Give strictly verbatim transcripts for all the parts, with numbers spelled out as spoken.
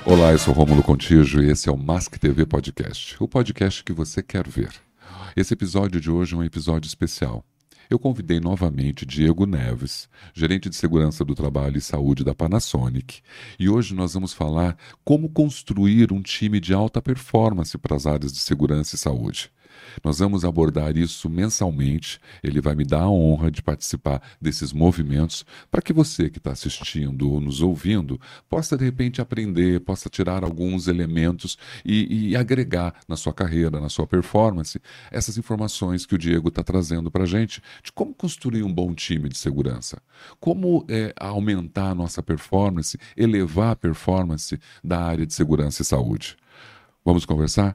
Olá, eu sou Rômulo Contígio e esse é o Mask T V Podcast, o podcast que você quer ver. Esse episódio de hoje é um episódio especial. Eu convidei novamente Diego Neves, gerente de segurança do trabalho e saúde da Panasonic, e hoje nós vamos falar como construir um time de alta performance para as áreas de segurança e saúde. Nós vamos abordar isso mensalmente. Ele vai me dar a honra de participar desses movimentos para que você que está assistindo ou nos ouvindo possa de repente aprender, possa tirar alguns elementos e, e agregar na sua carreira, na sua performance, essas informações que o Diego está trazendo para a gente de como construir um bom time de segurança, como é, aumentar a nossa performance, elevar a performance da área de segurança e saúde. Vamos conversar?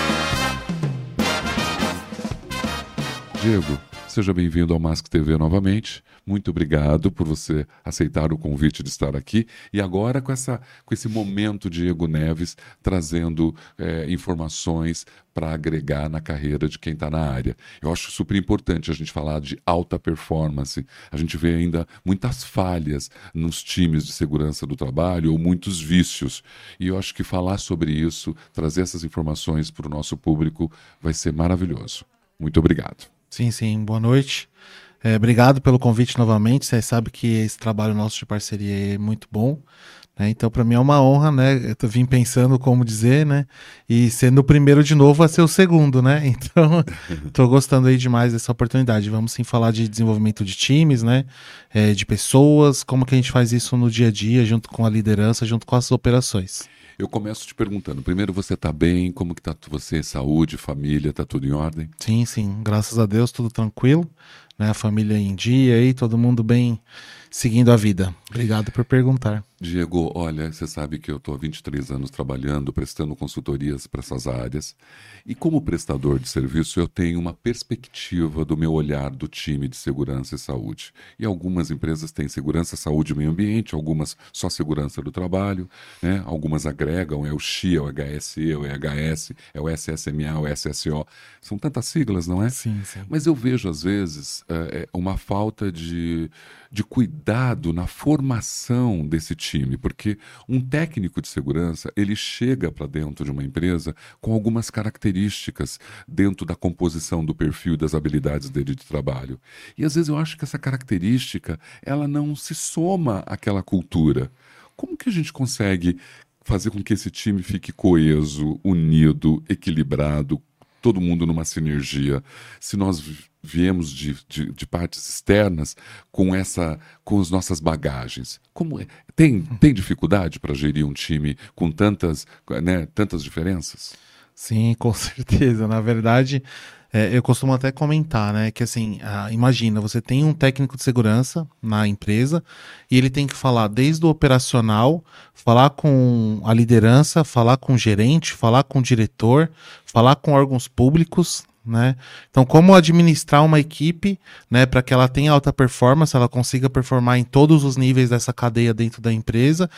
Diego, seja bem-vindo ao Mask T V novamente. Muito obrigado por você aceitar o convite de estar aqui. E agora com, essa, com esse momento, Diego Neves, trazendo é, informações para agregar na carreira de quem está na área. Eu acho super importante a gente falar de alta performance. A gente vê ainda muitas falhas nos times de segurança do trabalho ou muitos vícios. E eu acho que falar sobre isso, trazer essas informações para o nosso público vai ser maravilhoso. Muito obrigado. Sim, sim. Boa noite. É, obrigado pelo convite novamente. Você sabe que esse trabalho nosso de parceria é muito bom, né? Então, para mim é uma honra, né? Eu vim pensando como dizer, né? E sendo o primeiro de novo a ser o segundo, né? Então, estou gostando aí demais dessa oportunidade. Vamos sim falar de desenvolvimento de times, né? É, de pessoas, como que a gente faz isso no dia a dia, junto com a liderança, junto com as operações. Eu começo te perguntando, primeiro, você está bem? Como que está você? Saúde, família, está tudo em ordem? Sim, sim, graças a Deus, tudo tranquilo, né? A família em dia aí, todo mundo bem seguindo a vida. Obrigado por perguntar. Diego, olha, você sabe que eu estou há vinte e três anos trabalhando, prestando consultorias para essas áreas. E como prestador de serviço, eu tenho uma perspectiva do meu olhar do time de segurança e saúde. E algumas empresas têm segurança, saúde e meio ambiente, algumas só segurança do trabalho, né? Algumas agregam, é o X I, é o H S E, é o E H S, é o S S M A, é o S S O. São tantas siglas, não é? Sim, sim. Mas eu vejo, às vezes, é, uma falta de, de cuidado na formação desse time, porque um técnico de segurança, ele chega para dentro de uma empresa com algumas características dentro da composição do perfil e das habilidades dele de trabalho. E às vezes eu acho que essa característica, ela não se soma àquela cultura. Como que a gente consegue fazer com que esse time fique coeso, unido, equilibrado, todo mundo numa sinergia, se nós viemos de, de, de partes externas com essa, com as nossas bagagens? Como é? Tem, tem dificuldade para gerir um time com tantas, né, tantas diferenças? Sim, com certeza. Na verdade, é, eu costumo até comentar, né, que assim, ah, imagina, você tem um técnico de segurança na empresa e ele tem que falar desde o operacional, falar com a liderança, falar com o gerente, falar com o diretor, falar com órgãos públicos, né? Então, como administrar uma equipe, né, para que ela tenha alta performance, ela consiga performar em todos os níveis dessa cadeia dentro da empresa,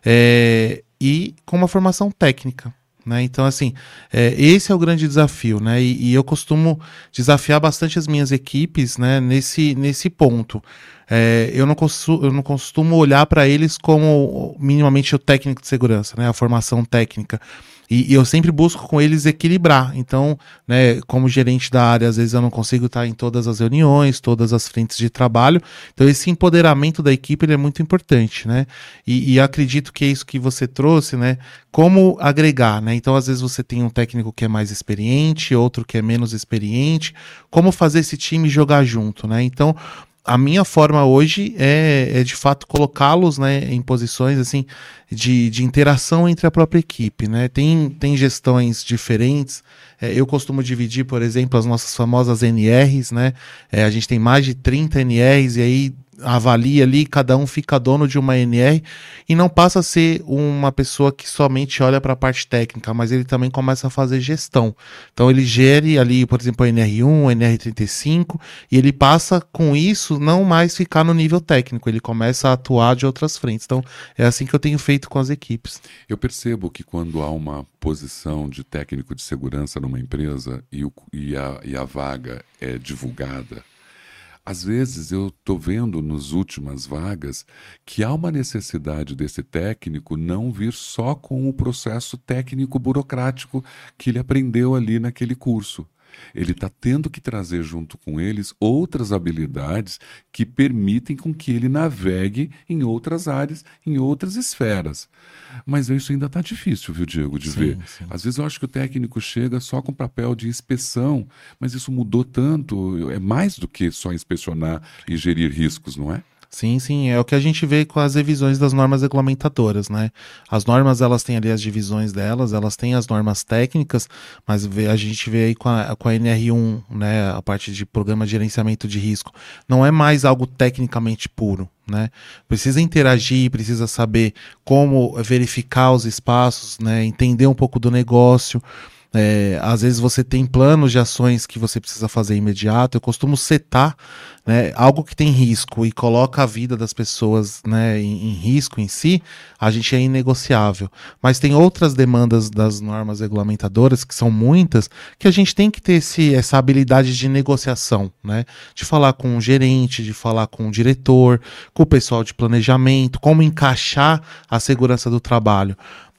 é, e com uma formação técnica. Né? Então, assim, é, esse é o grande desafio, né? E, e eu costumo desafiar bastante as minhas equipes, né, nesse, nesse ponto. É, eu, não costumo, eu não costumo olhar para eles como minimamente o técnico de segurança, né, a formação técnica. E, e eu sempre busco com eles equilibrar. Então, né, como gerente da área, às vezes eu não consigo estar em todas as reuniões, todas as frentes de trabalho. Então, esse empoderamento da equipe ele é muito importante, né? E, e acredito que é isso que você trouxe, né? Como agregar, né? Então, às vezes você tem um técnico que é mais experiente, outro que é menos experiente. Como fazer esse time jogar junto, né? Então, a minha forma hoje é, é de fato colocá-los, né, em posições assim de, de interação entre a própria equipe, né? Tem, tem gestões diferentes. É, eu costumo dividir, por exemplo, as nossas famosas N Rs, né? É, a gente tem mais de trinta N Rs e aí avalia ali, cada um fica dono de uma N R e não passa a ser uma pessoa que somente olha para a parte técnica, mas ele também começa a fazer gestão. Então ele gere ali, por exemplo, a N R um, a N R trinta e cinco, e ele passa com isso não mais ficar no nível técnico, ele começa a atuar de outras frentes. Então é assim que eu tenho feito com as equipes. Eu percebo que quando há uma posição de técnico de segurança numa empresa e, o, e, a, e a vaga é divulgada, Às vezes eu estou vendo nas últimas vagas que há uma necessidade desse técnico não vir só com o processo técnico burocrático que ele aprendeu ali naquele curso. Ele está tendo que trazer junto com eles outras habilidades que permitem com que ele navegue em outras áreas, em outras esferas. Mas isso ainda está difícil, viu, Diego, de Sim, ver. sim. Às vezes eu acho que o técnico chega só com papel de inspeção, mas isso mudou tanto, é mais do que só inspecionar e gerir riscos, não é? Sim, sim, é o que a gente vê com as revisões das normas regulamentadoras, né? As normas, elas têm ali as divisões delas, elas têm as normas técnicas, mas vê- a gente vê aí com a, com a N R um, né, a parte de programa de gerenciamento de risco, não é mais algo tecnicamente puro, né? Precisa interagir, precisa saber como verificar os espaços, né, entender um pouco do negócio. É, às vezes você tem planos de ações que você precisa fazer imediato. Eu costumo setar, né, algo que tem risco e coloca a vida das pessoas, né, em, em risco em si, a gente é inegociável. Mas tem outras demandas das normas regulamentadoras, que são muitas, que a gente tem que ter esse, essa habilidade de negociação, né, de falar com o gerente, de falar com o diretor, com o pessoal de planejamento, como encaixar a segurança do trabalho.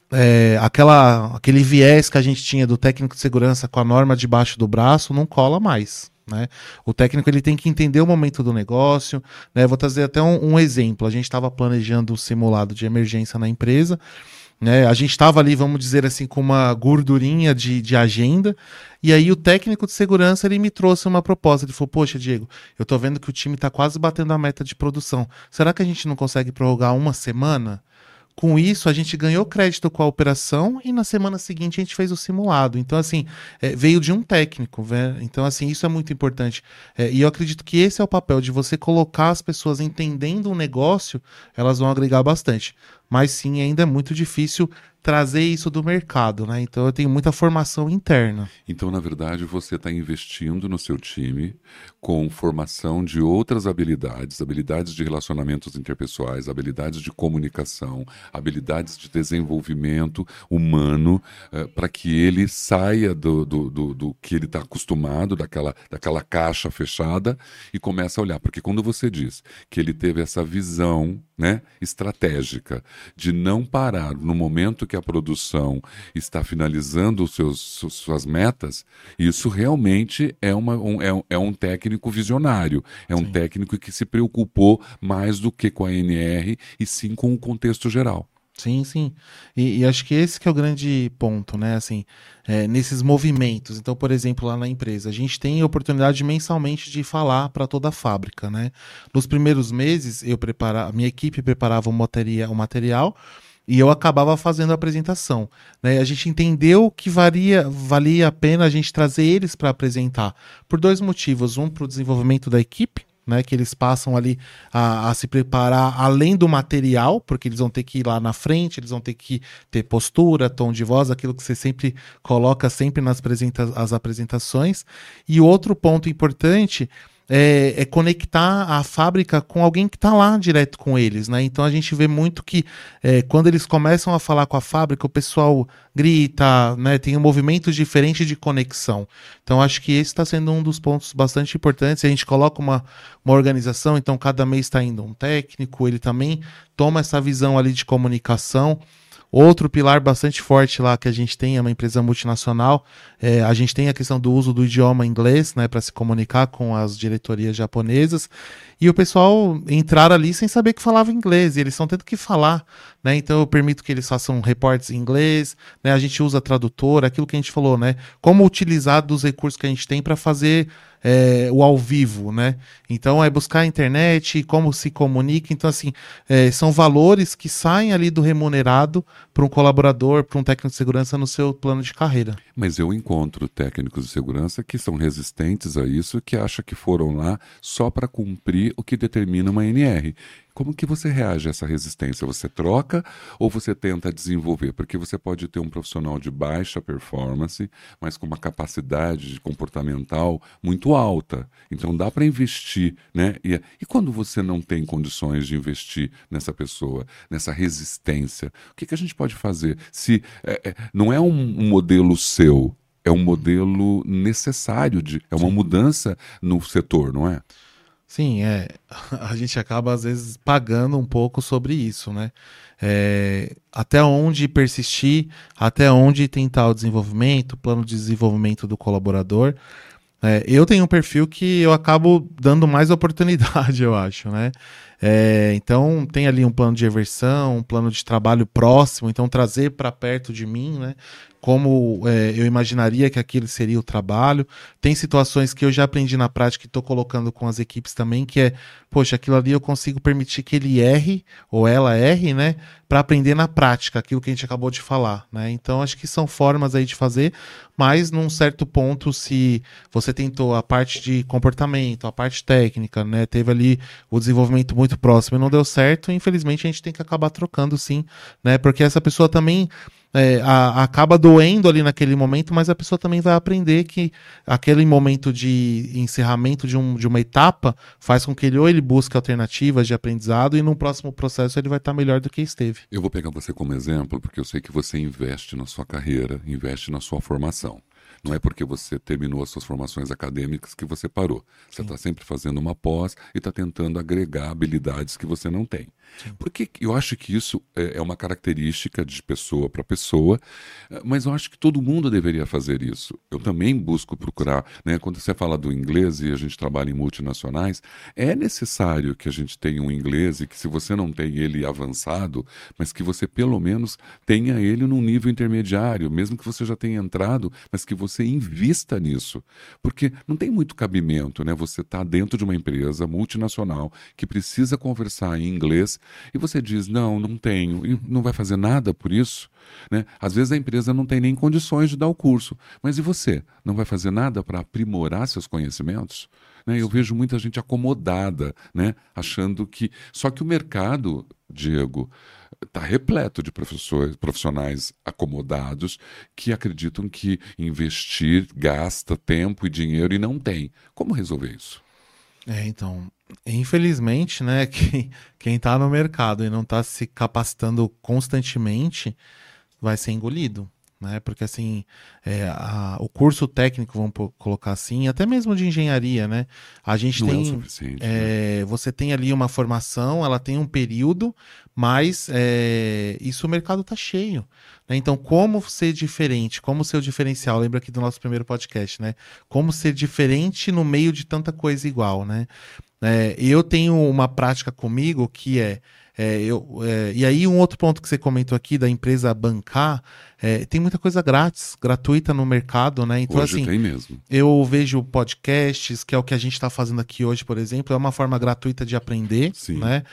É, aquela, aquele viés que a gente tinha do técnico de segurança com a norma debaixo do braço não cola mais, né? O técnico ele tem que entender o momento do negócio, né? Vou trazer até um, um exemplo. A gente estava planejando um simulado de emergência na empresa, né? A gente estava ali, vamos dizer assim, com uma gordurinha de, de agenda, e aí o técnico de segurança ele me trouxe uma proposta. Ele falou: poxa, Diego, eu tô vendo que o time está quase batendo a meta de produção. Será que a gente não consegue prorrogar uma semana? Com isso, a gente ganhou crédito com a operação e na semana seguinte a gente fez o simulado. Então, assim, é, veio de um técnico, né? Então, assim, isso é muito importante. É, e eu acredito que esse é o papel de você colocar as pessoas entendendo o negócio, elas vão agregar bastante. Mas sim, ainda é muito difícil trazer isso do mercado, né? Então eu tenho muita formação interna. Então, na verdade, você está investindo no seu time com formação de outras habilidades, habilidades de relacionamentos interpessoais, habilidades de comunicação, habilidades de desenvolvimento humano, eh, para que ele saia do, do, do, do que ele está acostumado, daquela, daquela caixa fechada, e comece a olhar. Porque quando você diz que ele teve essa visão, né, estratégica de não parar no momento que a produção está finalizando os seus, suas metas, isso realmente é, uma, um, é, um, é um técnico visionário, é um Sim. técnico que se preocupou mais do que com a N R e sim com o contexto geral. Sim, sim. E, e acho que esse que é o grande ponto, né? Assim, é, nesses movimentos. Então, por exemplo, lá na empresa, a gente tem a oportunidade mensalmente de falar para toda a fábrica, né? Nos primeiros meses, eu prepara, a minha equipe preparava o material, o material e eu acabava fazendo a apresentação, né? A gente entendeu que valia, valia a pena a gente trazer eles para apresentar por dois motivos. Um, para o desenvolvimento da equipe, né, que eles passam ali a, a se preparar além do material, porque eles vão ter que ir lá na frente, eles vão ter que ter postura, tom de voz, aquilo que você sempre coloca sempre nas apresenta- as apresentações. E outro ponto importante é, é conectar a fábrica com alguém que está lá direto com eles, né? Então a gente vê muito que é, quando eles começam a falar com a fábrica, o pessoal grita, né? Tem um movimento diferente de conexão. Então acho que esse está sendo um dos pontos bastante importantes. A gente coloca uma, uma organização, então cada mês está indo um técnico, ele também toma essa visão ali de comunicação. Outro pilar bastante forte lá que a gente tem é uma empresa multinacional. É, a gente tem a questão do uso do idioma inglês, né, para se comunicar com as diretorias japonesas. E o pessoal entrar ali sem saber que falava inglês. E eles estão tendo que falar, né? Então eu permito que eles façam reportes em inglês, né? A gente usa tradutor, aquilo que a gente falou, né? Como utilizar dos recursos que a gente tem para fazer é, o ao vivo, né? Então é buscar a internet, como se comunica. Então, assim, é, são valores que saem ali do remunerado para um colaborador, para um técnico de segurança no seu plano de carreira. Mas eu encontro técnicos de segurança que são resistentes a isso, que acham que foram lá só para cumprir o que determina uma N R. Como que você reage a essa resistência? Você troca ou você tenta desenvolver? Porque você pode ter um profissional de baixa performance, mas com uma capacidade comportamental muito alta. Então dá para investir, né? E, e quando você não tem condições de investir nessa pessoa, nessa resistência, o que, que a gente pode fazer? Se é, é, não é um, um modelo seu, é um modelo necessário, de, é uma Sim. mudança no setor, não é? Sim, é. A gente acaba, às vezes, pagando um pouco sobre isso, né? É, até onde persistir, até onde tentar o desenvolvimento, o plano de desenvolvimento do colaborador. É, eu tenho um perfil que eu acabo dando mais oportunidade, eu acho, né? É, então, tem ali um plano de reversão, um plano de trabalho próximo, então trazer para perto de mim, né? Como é, eu imaginaria que aquele seria o trabalho. Tem situações que eu já aprendi na prática e estou colocando com as equipes também, que é, poxa, aquilo ali eu consigo permitir que ele erre, ou ela erre, né? Para aprender na prática, aquilo que a gente acabou de falar, né? Então, acho que são formas aí de fazer, mas num certo ponto, se você tentou a parte de comportamento, a parte técnica, né? Teve ali o desenvolvimento muito próximo e não deu certo, infelizmente a gente tem que acabar trocando sim, né? Porque essa pessoa também é, a, acaba doendo ali naquele momento, mas a pessoa também vai aprender que aquele momento de encerramento de, um, de uma etapa faz com que ele ou ele busque alternativas de aprendizado e no próximo processo ele vai estar melhor do que esteve. Eu vou pegar você como exemplo, porque eu sei que você investe na sua carreira, investe na sua formação. Não é porque você terminou as suas formações acadêmicas que você parou. Você está sempre fazendo uma pós e está tentando agregar habilidades que você não tem. Sim. Porque eu acho que isso é uma característica de pessoa para pessoa, mas eu acho que todo mundo deveria fazer isso. Eu também busco procurar, né? Quando você fala do inglês e a gente trabalha em multinacionais, é necessário que a gente tenha um inglês e que se você não tem ele avançado, mas que você pelo menos tenha ele num nível intermediário, mesmo que você já tenha entrado, mas que você invista nisso. Porque não tem muito cabimento, né? Você está dentro de uma empresa multinacional que precisa conversar em inglês e você diz, não, não tenho, e não vai fazer nada por isso, né? Às vezes a empresa não tem nem condições de dar o curso, mas e você? Não vai fazer nada para aprimorar seus conhecimentos? Né? Eu vejo muita gente acomodada, né? Achando que... Só que o mercado, Diego, está repleto de professores, profissionais acomodados que acreditam que investir gasta tempo e dinheiro e não tem. Como resolver isso? É, então, infelizmente, né, quem, quem tá no mercado e não está se capacitando constantemente vai ser engolido, né, porque assim, é, a, o curso técnico, vamos colocar assim, até mesmo de engenharia, né, a gente não tem, é o suficiente, é, né? Você tem ali uma formação, ela tem um período, mas é, isso o mercado tá cheio, né? Então, como ser diferente, como ser o diferencial, lembra aqui do nosso primeiro podcast, né, como ser diferente no meio de tanta coisa igual, né. É, eu tenho uma prática comigo que é, é, eu, é, e aí um outro ponto que você comentou aqui da empresa bancar, é, tem muita coisa grátis, gratuita no mercado, né? Então, hoje assim, tem mesmo. Eu vejo podcasts, que é o que a gente está fazendo aqui hoje, por exemplo, é uma forma gratuita de aprender, Sim. né?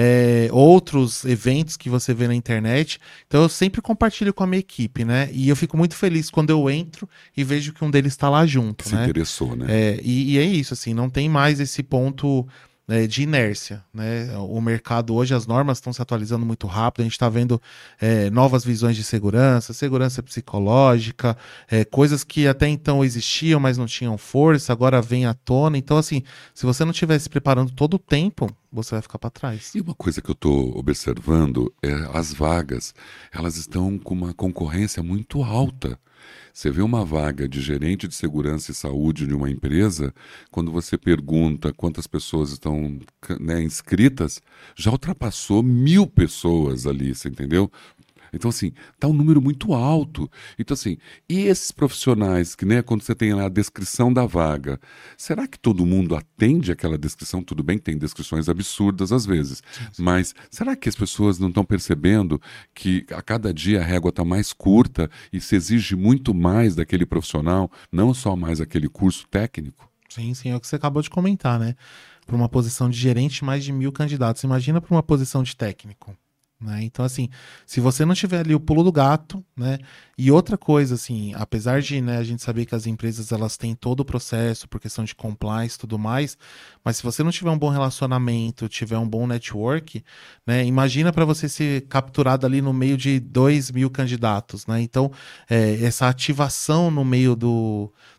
É, outros eventos que você vê na internet. Então eu sempre compartilho com a minha equipe, né? E eu fico muito feliz quando eu entro e vejo que um deles está lá junto, que né? Se interessou, né? É, e, e é isso, assim, não tem mais esse ponto é, de inércia, né? O mercado hoje, as normas estão se atualizando muito rápido, a gente está vendo é, novas visões de segurança, segurança psicológica, é, coisas que até então existiam, mas não tinham força, agora vem à tona. Então, assim, se você não estiver se preparando todo o tempo, você vai ficar para trás. E uma coisa que eu estou observando é as vagas, elas estão com uma concorrência muito alta. Você vê uma vaga de gerente de segurança e saúde de uma empresa, quando você pergunta quantas pessoas estão, né, inscritas, já ultrapassou mil pessoas ali, você entendeu? Então, assim, tá um número muito alto. Então, assim, e esses profissionais que, né, quando você tem lá a descrição da vaga, será que todo mundo atende aquela descrição? Tudo bem que tem descrições absurdas às vezes, sim, sim. Mas será que as pessoas não estão percebendo que a cada dia a régua está mais curta e se exige muito mais daquele profissional, não só mais aquele curso técnico? Sim, sim, é o que você acabou de comentar, né? Para uma posição de gerente, mais de mil candidatos. Imagina para uma posição de técnico. Né? Então, assim, se você não tiver ali o pulo do gato, né? E outra coisa, assim, apesar de, né, a gente saber que as empresas elas têm todo o processo por questão de compliance e tudo mais, mas se você não tiver um bom relacionamento, tiver um bom network, né? Imagina para você ser capturado ali no meio de dois mil candidatos, né? Então, é, essa ativação no meio do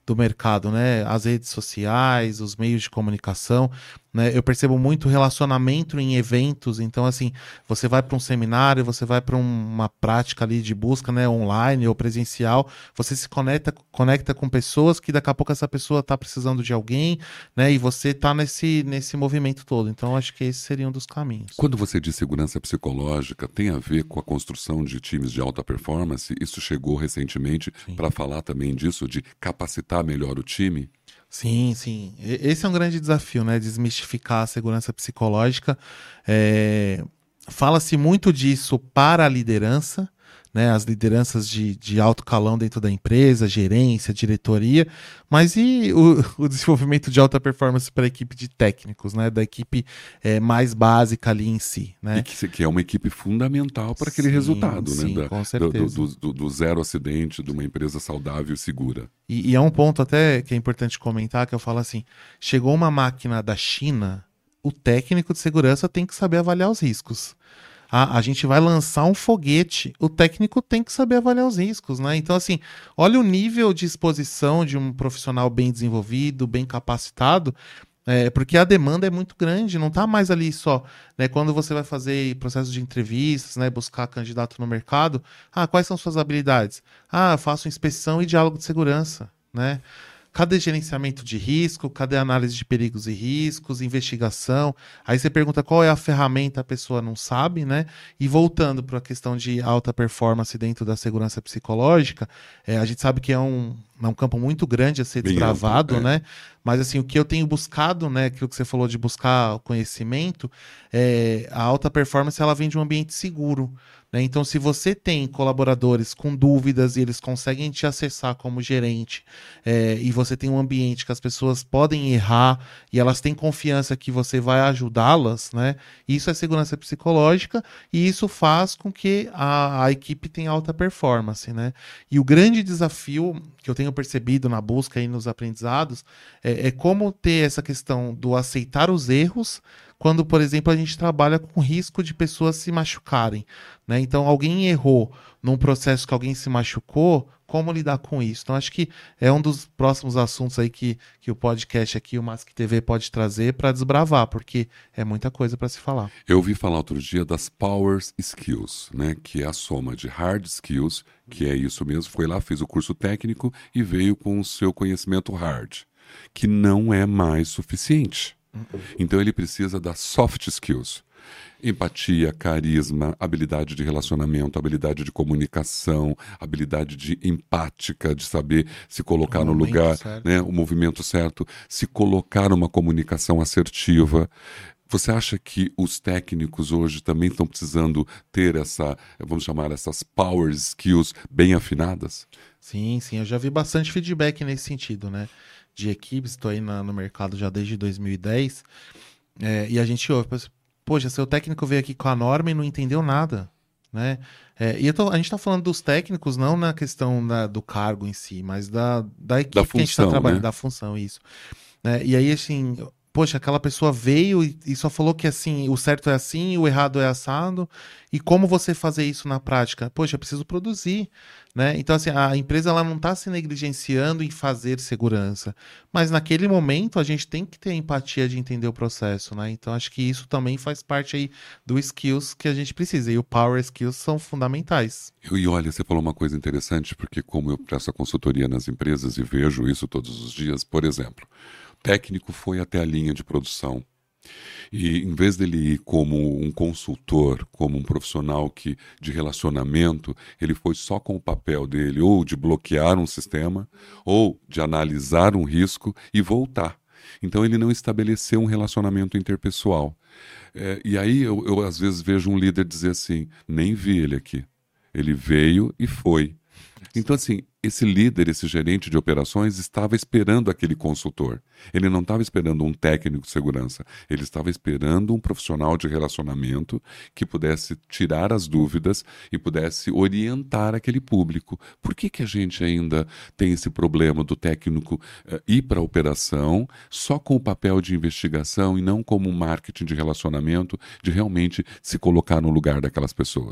do mercado, né? As redes sociais, os meios de comunicação, né? Eu percebo muito relacionamento em eventos. Então, assim, você vai para um seminário, você vai para uma prática ali de busca, né? Online ou presencial, você se conecta, conecta com pessoas que daqui a pouco essa pessoa está precisando de alguém, né? E você está nesse, nesse movimento todo. Então, acho que esse seria um dos caminhos. Quando você diz segurança psicológica, tem a ver com a construção de times de alta performance? Isso chegou recentemente para falar também disso, de capacitar melhor o time? Sim, sim. Esse é um grande desafio, né? Desmistificar a segurança psicológica. É... Fala-se muito disso para a liderança, né? As lideranças de, de alto calão dentro da empresa, gerência, diretoria, mas e o, o desenvolvimento de alta performance para a equipe de técnicos, né? Da equipe é, mais básica ali em si, né? E que, que é uma equipe fundamental para aquele Sim, resultado, sim, né? Da, com certeza. do, do, do, do zero acidente de uma empresa saudável e segura. E, e é um ponto até que é importante comentar, que eu falo assim, chegou uma máquina da China, o técnico de segurança tem que saber avaliar os riscos. A, a gente vai lançar um foguete, o técnico tem que saber avaliar os riscos, né? Então, assim, olha o nível de exposição de um profissional bem desenvolvido, bem capacitado, é, porque a demanda é muito grande, não está mais ali só, né? Quando você vai fazer processo de entrevistas, né? Buscar candidato no mercado, ah, quais são suas habilidades? Ah, eu faço inspeção e diálogo de segurança, né? Cadê gerenciamento de risco? Cadê análise de perigos e riscos? Investigação? Aí você pergunta qual é a ferramenta, a pessoa não sabe, né? E voltando para a questão de alta performance dentro da segurança psicológica, é, a gente sabe que é um, é um campo muito grande a ser Bem desbravado, amplo, é. né? Mas assim, o que eu tenho buscado, né? Aquilo que você falou de buscar o conhecimento, é, a alta performance ela vem de um ambiente seguro. Né? Então, se você tem colaboradores com dúvidas e eles conseguem te acessar como gerente, é, e você tem um ambiente que as pessoas podem errar e elas têm confiança que você vai ajudá-las, né? Isso é segurança psicológica e isso faz com que a, a equipe tenha alta performance. Né? E o grande desafio que eu tenho percebido na busca e nos aprendizados é, é como ter essa questão do aceitar os erros quando, por exemplo, a gente trabalha com risco de pessoas se machucarem. Né? Então, alguém errou num processo que alguém se machucou, como lidar com isso? Então, acho que é um dos próximos assuntos aí que, que o podcast aqui, o Mask T V, pode trazer para desbravar, porque é muita coisa para se falar. Eu ouvi falar outro dia das Power Skills, né? Que é a soma de Hard Skills, que é isso mesmo, foi lá, fez o curso técnico e veio com o seu conhecimento hard, que não é mais suficiente. Então ele precisa das soft skills. Empatia, carisma, habilidade de relacionamento, habilidade de comunicação, habilidade de empática, de saber se colocar no lugar, né, o movimento certo, se colocar numa comunicação assertiva. Você acha que os técnicos hoje também estão precisando ter essa, vamos chamar essas power skills bem afinadas? Sim, sim, eu já vi bastante feedback nesse sentido, né? De equipes, estou aí na, no mercado já desde dois mil e dez, é, e a gente ouve, poxa, seu técnico veio aqui com a norma e não entendeu nada, né? É, e eu tô, a gente está falando dos técnicos não na questão da, do cargo em si, mas da, da equipe da função, que a gente está trabalhando, né? Da função, isso. É, e aí, assim, poxa, aquela pessoa veio e, e só falou que assim, o certo é assim, o errado é assado, e como você fazer isso na prática? Poxa, eu preciso produzir, né? Então, assim, a empresa ela não está se negligenciando em fazer segurança, mas naquele momento a gente tem que ter empatia de entender o processo, né? Então, acho que isso também faz parte aí do skills que a gente precisa, e o power skills são fundamentais. E olha, você falou uma coisa interessante, porque como eu presto a consultoria nas empresas e vejo isso todos os dias, por exemplo, o técnico foi até a linha de produção e em vez dele ir como um consultor, como um profissional que, de relacionamento, ele foi só com o papel dele ou de bloquear um sistema ou de analisar um risco e voltar. Então ele não estabeleceu um relacionamento interpessoal. É, e aí eu, eu às vezes vejo um líder dizer assim, nem vi ele aqui. Ele veio e foi. Então, assim, esse líder, esse gerente de operações estava esperando aquele consultor. Ele não estava esperando um técnico de segurança. Ele estava esperando um profissional de relacionamento que pudesse tirar as dúvidas e pudesse orientar aquele público. Por que que a gente ainda tem esse problema do técnico uh, ir para a operação só com o papel de investigação e não como um marketing de relacionamento, de realmente se colocar no lugar daquelas pessoas?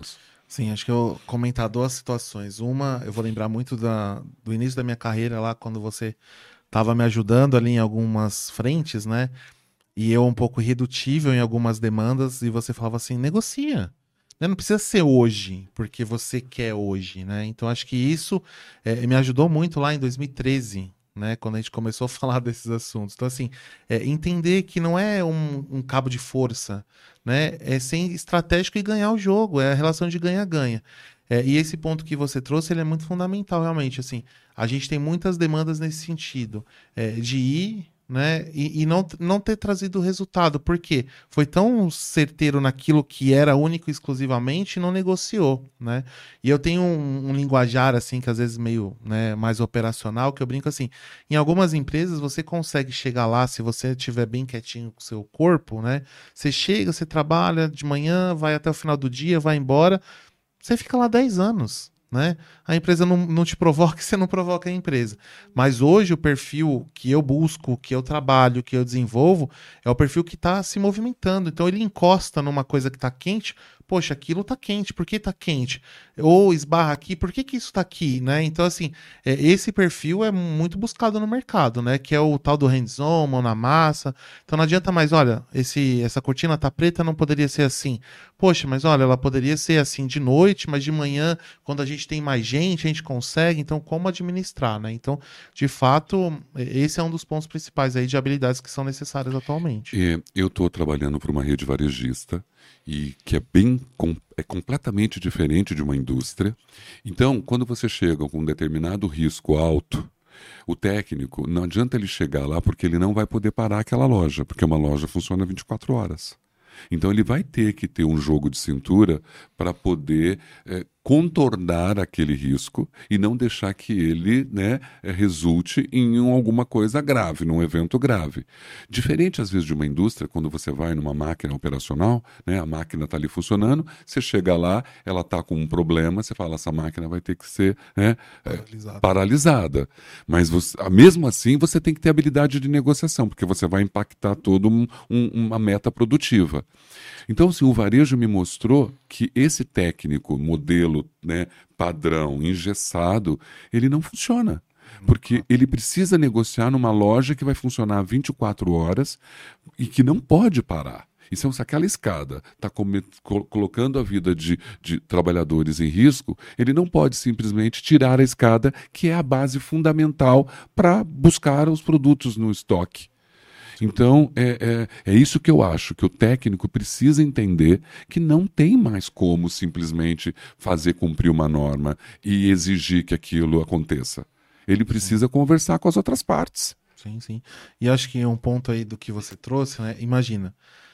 Sim, acho que eu vou comentar duas situações. Uma, eu vou lembrar muito da, do início da minha carreira lá, quando você estava me ajudando ali em algumas frentes, né? E eu um pouco irredutível em algumas demandas, e você falava assim, negocia. Né? Não precisa ser hoje, porque você quer hoje, né? Então acho que isso é, me ajudou muito lá em dois mil e treze, né? Quando a gente começou a falar desses assuntos. Então, assim, é, entender que não é um, um cabo de força, né? É ser estratégico e ganhar o jogo, é a relação de ganha-ganha. É, e esse ponto que você trouxe, ele é muito fundamental, realmente. Assim, a gente tem muitas demandas nesse sentido, é, de ir, né, e, e não, não ter trazido o resultado. Por quê? Foi tão certeiro naquilo que era único e exclusivamente e não negociou, né? E eu tenho um, um linguajar, assim, que às vezes meio, né, mais operacional, que eu brinco assim, em algumas empresas você consegue chegar lá, se você estiver bem quietinho com o seu corpo, né? Você chega, você trabalha de manhã, vai até o final do dia, vai embora, você fica lá dez anos, né? A empresa não, não te provoca, você não provoca a empresa. Mas hoje o perfil que eu busco, que eu trabalho, que eu desenvolvo, é o perfil que está se movimentando. Então ele encosta numa coisa que está quente. Poxa, aquilo está quente, por que está quente? Ou esbarra aqui, por que, que isso está aqui, né? Então, assim, é, esse perfil é muito buscado no mercado, né? Que é o tal do hands-on, mão na massa. Então não adianta mais, olha, esse, essa cortina tá preta, não poderia ser assim. Poxa, mas olha, ela poderia ser assim de noite, mas de manhã, quando a gente tem mais gente, a gente consegue. Então, como administrar, né? Então, de fato, esse é um dos pontos principais aí de habilidades que são necessárias atualmente. É, eu estou trabalhando para uma rede varejista e que é bem com- é completamente diferente de uma indústria. Então, quando você chega com um determinado risco alto, o técnico não adianta ele chegar lá porque ele não vai poder parar aquela loja, porque uma loja funciona vinte e quatro horas. Então ele vai ter que ter um jogo de cintura para poder eh, contornar aquele risco e não deixar que ele, né, eh, resulte em um- alguma coisa grave, num evento grave. Diferente, às vezes, de uma indústria, quando você vai numa máquina operacional, né, a máquina está ali funcionando, você chega lá, ela está com um problema, você fala, essa máquina vai ter que ser, né, eh, Paralisado. paralisada. Mas você- ah, mesmo assim, você tem que ter habilidade de negociação, porque você vai impactar toda um, um, uma meta produtiva. Então, assim, o varejo me mostrou que esse técnico, modelo, né, padrão, engessado, ele não funciona. Porque ele precisa negociar numa loja que vai funcionar vinte e quatro horas e que não pode parar. Então, se aquela escada está colocando a vida de, de trabalhadores em risco, ele não pode simplesmente tirar a escada, que é a base fundamental para buscar os produtos no estoque. Então, é, é, é isso que eu acho, que o técnico precisa entender que não tem mais como simplesmente fazer cumprir uma norma e exigir que aquilo aconteça. Ele precisa conversar com as outras partes. Sim, sim. E acho que um ponto aí do que você trouxe, né? Imagina,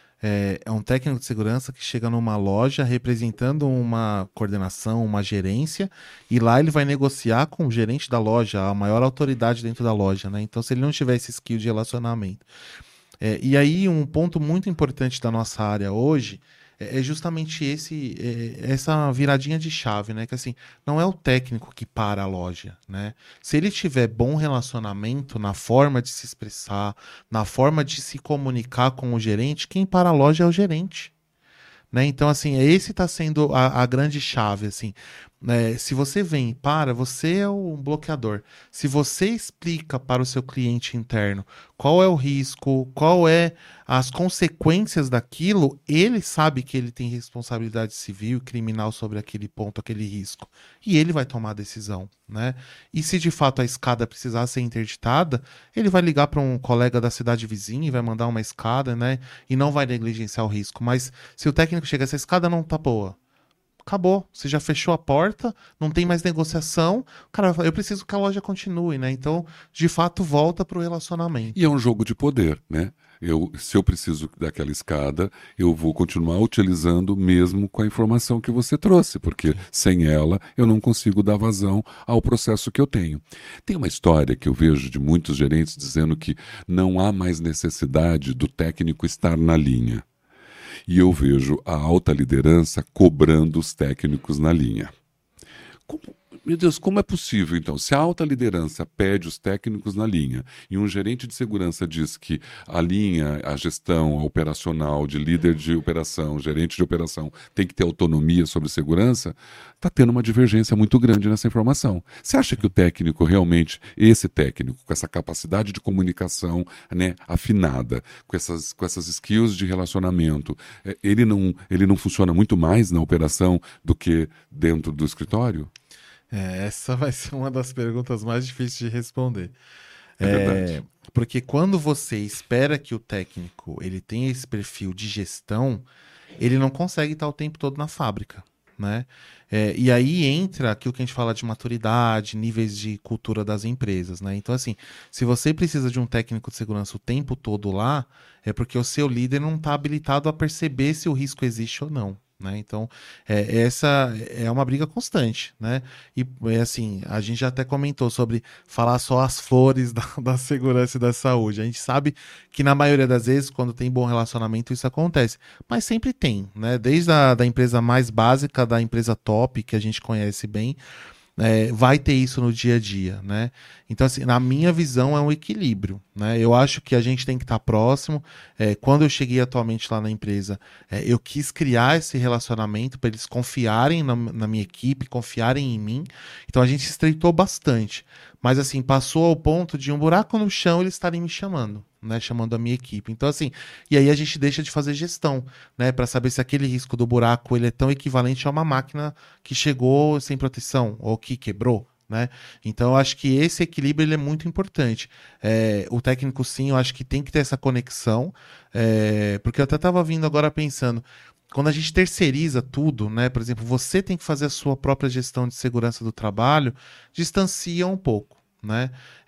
é, é um técnico de segurança que chega numa loja representando uma coordenação, uma gerência, e lá ele vai negociar com o gerente da loja, a maior autoridade dentro da loja, né? Então, se ele não tiver esse skill de relacionamento. É, e aí, um ponto muito importante da nossa área hoje é, é justamente esse, é, essa viradinha de chave, né? Que assim, não é o técnico que para a loja, né? Se ele tiver bom relacionamento na forma de se expressar, na forma de se comunicar com o gerente, quem para a loja é o gerente. Né? Então, assim, esse está sendo a, a grande chave, assim. Né? Se você vem e para, você é o bloqueador. Se você explica para o seu cliente interno qual é o risco, qual é as consequências daquilo, ele sabe que ele tem responsabilidade civil e criminal sobre aquele ponto, aquele risco. E ele vai tomar a decisão, né? E se de fato a escada precisar ser interditada, ele vai ligar para um colega da cidade vizinha e vai mandar uma escada, né? E não vai negligenciar o risco. Mas se o técnico chega, essa escada não tá boa, acabou. Você já fechou a porta, não tem mais negociação. Cara, eu preciso que a loja continue, né? Então, de fato, volta pro relacionamento. E é um jogo de poder, né? Eu, se eu preciso daquela escada, eu vou continuar utilizando mesmo com a informação que você trouxe, porque sem ela eu não consigo dar vazão ao processo que eu tenho. Tem uma história que eu vejo de muitos gerentes dizendo que não há mais necessidade do técnico estar na linha. E eu vejo a alta liderança cobrando os técnicos na linha. Como, meu Deus, como é possível, então? Se a alta liderança pede os técnicos na linha e um gerente de segurança diz que a linha, a gestão, a operacional, de líder de operação, gerente de operação, tem que ter autonomia sobre segurança, está tendo uma divergência muito grande nessa informação. Você acha que o técnico realmente, esse técnico, com essa capacidade de comunicação, né, afinada, com essas, com essas skills de relacionamento, ele não, ele não funciona muito mais na operação do que dentro do escritório? É, essa vai ser uma das perguntas mais difíceis de responder. É verdade. Porque quando você espera que o técnico ele tenha esse perfil de gestão, ele não consegue estar o tempo todo na fábrica, né? É, e aí entra aquilo que a gente fala de maturidade, níveis de cultura das empresas, né? Então, assim, se você precisa de um técnico de segurança o tempo todo lá, é porque o seu líder não está habilitado a perceber se o risco existe ou não. Né? Então, é, essa é uma briga constante, né? E é assim, a gente já até comentou sobre falar só as flores da, da segurança e da saúde. A gente sabe que na maioria das vezes, quando tem bom relacionamento, isso acontece. Mas sempre tem, né? Desde a da empresa mais básica, da empresa top, que a gente conhece bem, É, vai ter isso no dia a dia, né? Então, assim, na minha visão, é um equilíbrio, né? Eu acho que a gente tem que estar próximo. É, quando eu cheguei atualmente lá na empresa, é, eu quis criar esse relacionamento para eles confiarem na, na minha equipe, confiarem em mim. Então, a gente se estreitou bastante. Mas, assim, passou ao ponto de um buraco no chão eles estarem me chamando, né? Chamando a minha equipe. Então, assim, e aí a gente deixa de fazer gestão, né? Para saber se aquele risco do buraco ele é tão equivalente a uma máquina que chegou sem proteção ou que quebrou, né? Então, eu acho que esse equilíbrio ele é muito importante. É, o técnico, sim, eu acho que tem que ter essa conexão, é, porque eu até estava vindo agora pensando, quando a gente terceiriza tudo, né? Por exemplo, você tem que fazer a sua própria gestão de segurança do trabalho, distancia um pouco, né?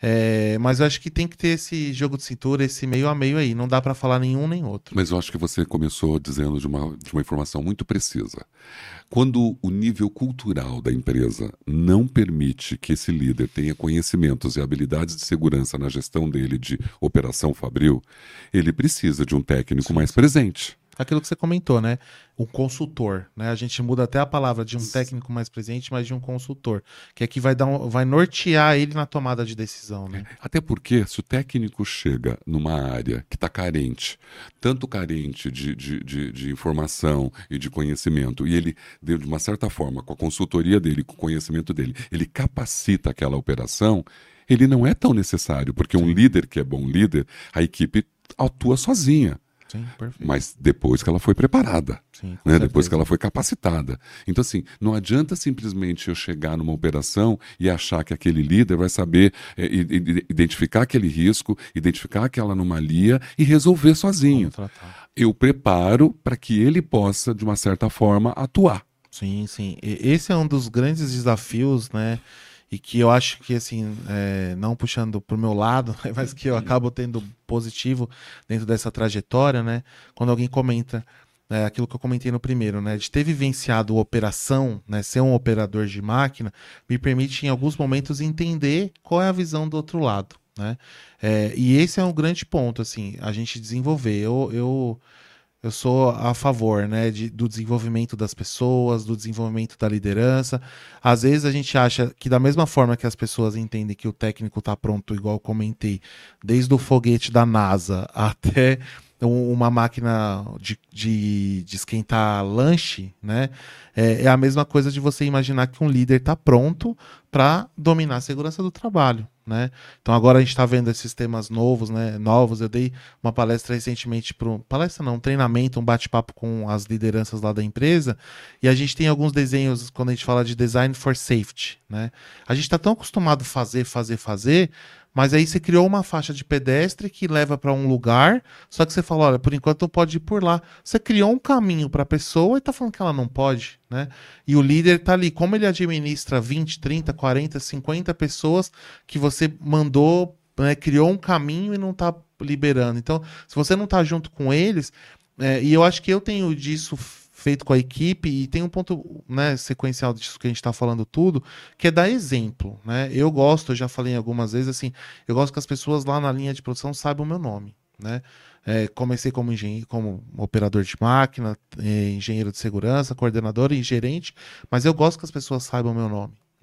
É, mas eu acho que tem que ter esse jogo de cintura, esse meio a meio aí. Não dá para falar nenhum nem outro. Mas eu acho que você começou dizendo de uma, de uma informação muito precisa. Quando o nível cultural da empresa não permite que esse líder tenha conhecimentos e habilidades de segurança na gestão dele de operação fabril, ele precisa de um técnico Sim, mais sim. presente. Aquilo que você comentou, né? Um consultor, né? A gente muda até a palavra de um técnico mais presente, mas de um consultor, que aqui vai dar um, vai nortear ele na tomada de decisão, né? Até porque se o técnico chega numa área que está carente, tanto carente de, de, de, de informação e de conhecimento, e ele, de uma certa forma, com a consultoria dele, com o conhecimento dele, ele capacita aquela operação, ele não é tão necessário, porque um líder que é bom líder, a equipe atua sozinha. Sim, perfeito. Mas depois que ela foi preparada, Sim, com né? certeza. Depois que ela foi capacitada. Então, assim, não adianta simplesmente eu chegar numa operação e achar que aquele líder vai saber é, identificar aquele risco, identificar aquela anomalia e resolver sozinho. Como tratar. Eu preparo para que ele possa, de uma certa forma, atuar. Sim, sim. E esse é um dos grandes desafios, né? E que eu acho que, assim, é, não puxando pro meu lado, mas que eu acabo tendo positivo dentro dessa trajetória, né? Quando alguém comenta é, aquilo que eu comentei no primeiro, né? De ter vivenciado operação, né? Ser um operador de máquina, me permite, em alguns momentos, entender qual é a visão do outro lado, né? É, e esse é um grande ponto, assim, a gente desenvolver. Eu... eu Eu sou a favor, né, de, do desenvolvimento das pessoas, do desenvolvimento da liderança. Às vezes a gente acha que da mesma forma que as pessoas entendem que o técnico está pronto, igual eu comentei, desde o foguete da NASA até uma máquina de, de, de esquentar lanche, né? É, é a mesma coisa de você imaginar que um líder está pronto para dominar a segurança do trabalho, né? Então agora a gente está vendo esses temas novos, né? Novos. Eu dei uma palestra recentemente para um palestra não, um treinamento, um bate-papo com as lideranças lá da empresa, e a gente tem alguns desenhos quando a gente fala de design for safety, né? A gente está tão acostumado a fazer, fazer, fazer. Mas aí você criou uma faixa de pedestre que leva para um lugar, só que você falou, olha, por enquanto não pode ir por lá. Você criou um caminho para a pessoa e está falando que ela não pode, né? E o líder está ali, como ele administra vinte, trinta, quarenta, cinquenta pessoas que você mandou, né, criou um caminho e não está liberando. Então, se você não está junto com eles, é, e eu acho que eu tenho disso feito com a equipe, e tem um ponto, né, sequencial disso que a gente está falando tudo, que é dar exemplo, né? Eu gosto, eu já falei algumas vezes, assim, eu gosto que as pessoas lá na linha de produção saibam o meu nome, né? É, comecei como engenheiro, como operador de máquina, é, engenheiro de segurança, coordenador e gerente, mas eu gosto que as pessoas saibam o meu nome,